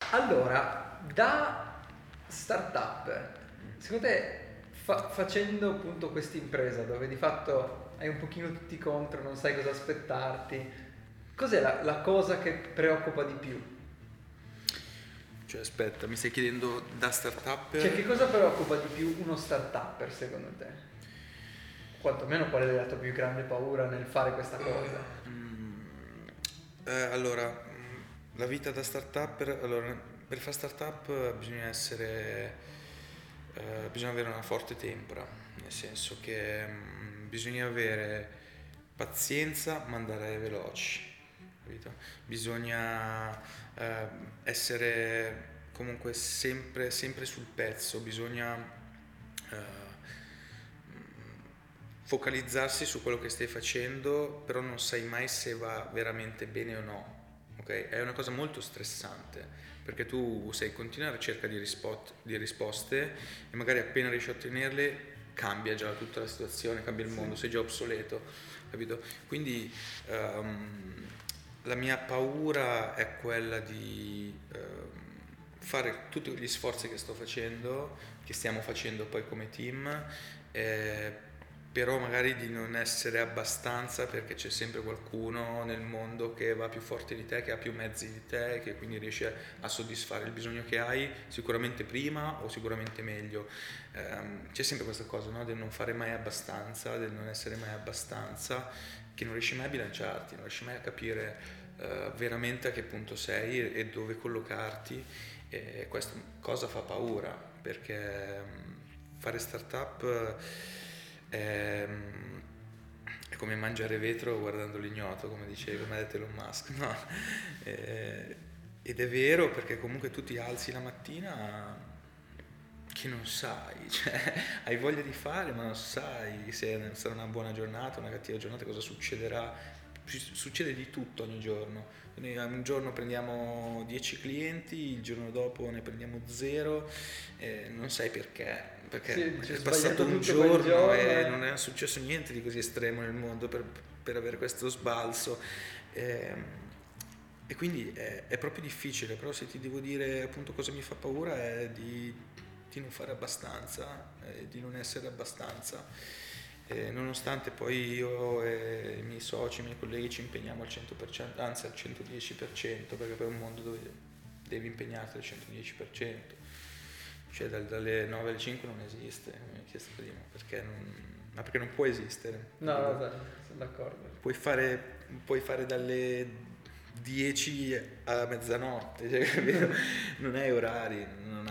Allora, da startup, secondo te, facendo appunto questa impresa dove di fatto hai un pochino tutti contro, non sai cosa aspettarti, cos'è la cosa che preoccupa di più? Cioè, aspetta, mi stai chiedendo da startup? Cioè, che cosa preoccupa di più uno startupper secondo te? Quantomeno qual è la tua più grande paura nel fare questa cosa? Allora, la vita da startup, allora, per fare startup bisogna avere una forte tempra, nel senso che bisogna avere pazienza ma andare veloci, capito? Bisogna essere comunque sempre sul pezzo, bisogna focalizzarsi su quello che stai facendo, però non sai mai se va veramente bene o no. Ok? È una cosa molto stressante perché tu sei in continua ricerca di risposte e magari appena riesci a ottenerle cambia già tutta la situazione, cambia il mondo, sei già obsoleto, capito? Quindi la mia paura è quella di fare tutti gli sforzi che sto facendo, che stiamo facendo poi come team, però magari di non essere abbastanza perché c'è sempre qualcuno nel mondo che va più forte di te, che ha più mezzi di te, che quindi riesce a soddisfare il bisogno che hai sicuramente prima o sicuramente meglio. C'è sempre questa cosa, no? Del non fare mai abbastanza, del non essere mai abbastanza, che non riesci mai a bilanciarti, non riesci mai a capire veramente a che punto sei e dove collocarti, e questa cosa fa paura perché fare startup è, è come mangiare vetro guardando l'ignoto, come ha detto Elon Musk, no? Ed è vero perché comunque tu ti alzi la mattina che non sai, cioè hai voglia di fare ma non sai se sarà una buona giornata, una cattiva giornata, cosa succederà. Succede di tutto ogni giorno. Quindi un giorno prendiamo 10 clienti, il giorno dopo ne prendiamo 0, non sai perché Sì, è c'è passato sbagliato un tutto quel giorno giorno. e non è successo niente di così estremo nel mondo per avere questo sbalzo. E quindi è proprio difficile, però se ti devo dire appunto cosa mi fa paura è di non fare abbastanza, di non essere abbastanza. Nonostante poi io e i miei soci, i miei colleghi ci impegniamo al 100%, anzi al 110%, perché poi è un mondo dove devi impegnarti al 110%, cioè dalle 9 alle 5 non esiste, mi hai chiesto prima, ma perché non può esistere. No, vabbè, sono d'accordo. Puoi fare dalle 10 a mezzanotte, cioè, capito? Non hai orari,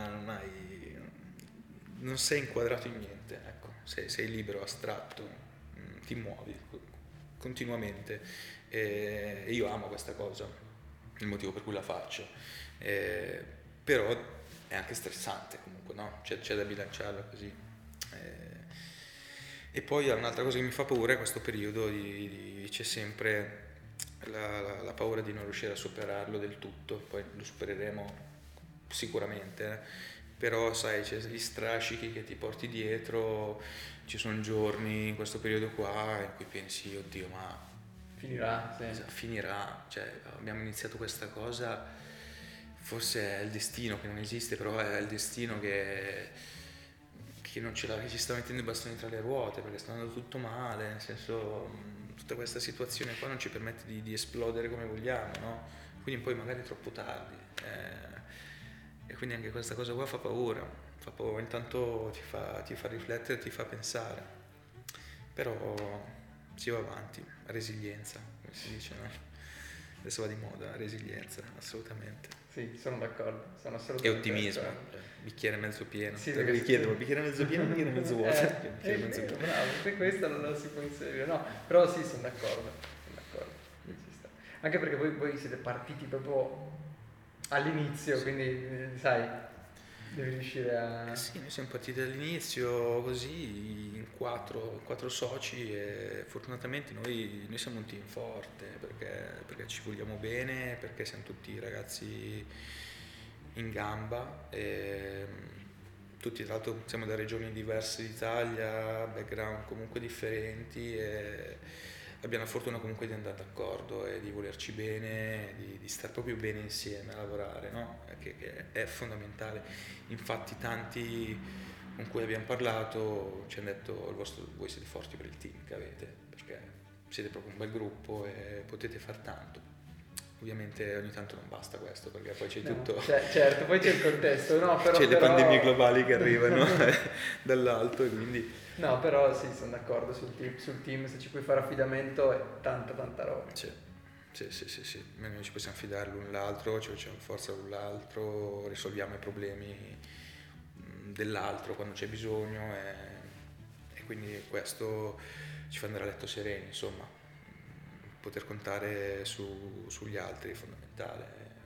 non sei inquadrato in niente, ecco, sei libero, astratto, ti muovi continuamente e io amo questa cosa, il motivo per cui la faccio, però è anche stressante comunque, no? C'è da bilanciarla così. E poi un'altra cosa che mi fa paura è questo periodo c'è sempre la paura di non riuscire a superarlo del tutto, poi lo supereremo sicuramente, però sai c'è gli strascichi che ti porti dietro, ci sono giorni in questo periodo qua in cui pensi oddio ma Finirà, sì. finirà, cioè abbiamo iniziato questa cosa, forse è il destino che non esiste, però è il destino che non ce l'ha, che ci sta mettendo i bastoni tra le ruote perché sta andando tutto male, nel senso tutta questa situazione qua non ci permette di esplodere come vogliamo, no? Quindi poi magari è troppo tardi, e quindi anche questa cosa qua fa paura, intanto ti fa riflettere, ti fa pensare, però si va avanti, resilienza, come si dice, no? Adesso va di moda, resilienza, assolutamente. Sì, sono d'accordo, sono E assolutamente ottimismo, d'accordo. bicchiere mezzo pieno. Sì, Te vi chiedo, bicchiere mezzo pieno o bicchiere mezzo vuoto? è Bicchiere mezzo vero, pieno. bravo, per questo non lo si può inserire, no, però sì, sono d'accordo, ci sta. Anche perché voi siete partiti proprio all'inizio, Sì. quindi sai, devi riuscire a... Sì, noi siamo partiti dall'inizio così in quattro soci e fortunatamente noi siamo un team forte perché ci vogliamo bene, perché siamo tutti ragazzi in gamba e tutti tra l'altro siamo da regioni diverse d'Italia, background comunque differenti e abbiamo la fortuna comunque di andare d'accordo e di volerci bene, di stare proprio bene insieme a lavorare, no? Che è fondamentale. Infatti tanti con cui abbiamo parlato ci hanno detto voi siete forti per il team che avete, perché siete proprio un bel gruppo e potete far tanto. Ovviamente ogni tanto non basta questo, perché poi c'è tutto... certo, poi c'è il contesto, no? C'è le pandemie globali che arrivano dall'alto e quindi... No, però sì, sono d'accordo sul team, se ci puoi fare affidamento è tanta roba. Sì, noi ci possiamo fidare l'un l'altro, ci facciamo forza l'un l'altro, risolviamo i problemi dell'altro quando c'è bisogno e quindi questo ci fa andare a letto sereni, insomma, poter contare sugli altri è fondamentale.